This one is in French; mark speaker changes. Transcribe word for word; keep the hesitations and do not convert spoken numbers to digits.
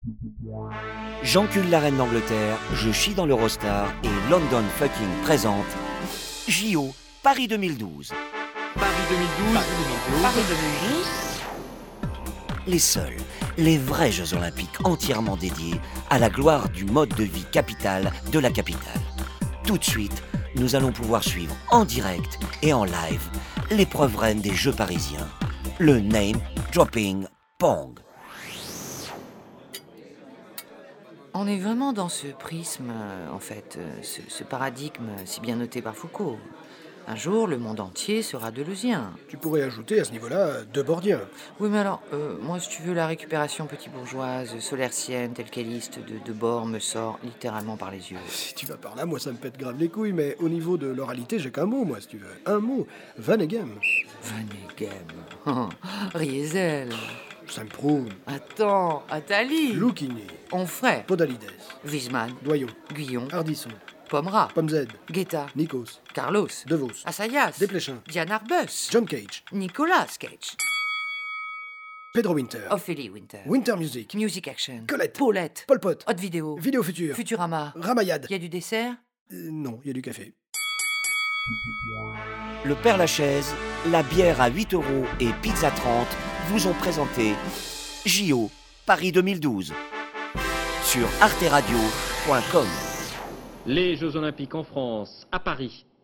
Speaker 1: J'encule la reine d'Angleterre, je chie dans l'Eurostar et London Fucking présente J O Paris deux mille douze.
Speaker 2: Paris deux mille douze.
Speaker 3: Paris deux mille douze.
Speaker 2: Paris deux mille douze.
Speaker 1: Les seuls, les vrais Jeux Olympiques entièrement dédiés à la gloire du mode de vie capital de la capitale. Tout de suite, nous allons pouvoir suivre en direct et en live l'épreuve reine des Jeux parisiens, le Name Dropping Pong.
Speaker 3: On est vraiment dans ce prisme, euh, en fait, euh, ce, ce paradigme si bien noté par Foucault. Un jour, le monde entier sera deleuzien.
Speaker 2: Tu pourrais ajouter à ce niveau-là debordien.
Speaker 3: Oui, mais alors, euh, moi, si tu veux, la récupération petit bourgeoise, solercienne, telle qu'elle liste de Debord me sort littéralement par les yeux.
Speaker 2: Si tu vas par là, moi ça me pète grave les couilles, mais au niveau de l'oralité, j'ai qu'un mot, moi, si tu veux. Un mot. Vanegem.
Speaker 3: Vanegem. Riezel.
Speaker 2: Saint-Proum.
Speaker 3: Attends, Attali.
Speaker 2: Lucchini.
Speaker 3: Onfray.
Speaker 2: Podalides.
Speaker 3: Wiesmann.
Speaker 2: Doyon.
Speaker 3: Guyon.
Speaker 2: Ardisson.
Speaker 3: Pomera.
Speaker 2: Pomzed.
Speaker 3: Guetta.
Speaker 2: Nikos.
Speaker 3: Carlos.
Speaker 2: Devos.
Speaker 3: Assayas.
Speaker 2: Desplechin.
Speaker 3: Diane Arbus.
Speaker 2: John Cage.
Speaker 3: Nicolas Cage.
Speaker 2: Pedro Winter.
Speaker 3: Ophélie Winter.
Speaker 2: Winter Music.
Speaker 3: Music Action.
Speaker 2: Colette.
Speaker 3: Paulette.
Speaker 2: Pol Pot.
Speaker 3: Hot Vidéo.
Speaker 2: Vidéo Future.
Speaker 3: Futurama.
Speaker 2: Ramayad.
Speaker 3: Y a du dessert?
Speaker 2: Euh, non, il y a du café.
Speaker 1: Le Père Lachaise, la bière à huit euros et pizza trente vous ont présenté J O Paris deux mille douze sur arte radio point com.
Speaker 4: Les Jeux Olympiques en France, à Paris,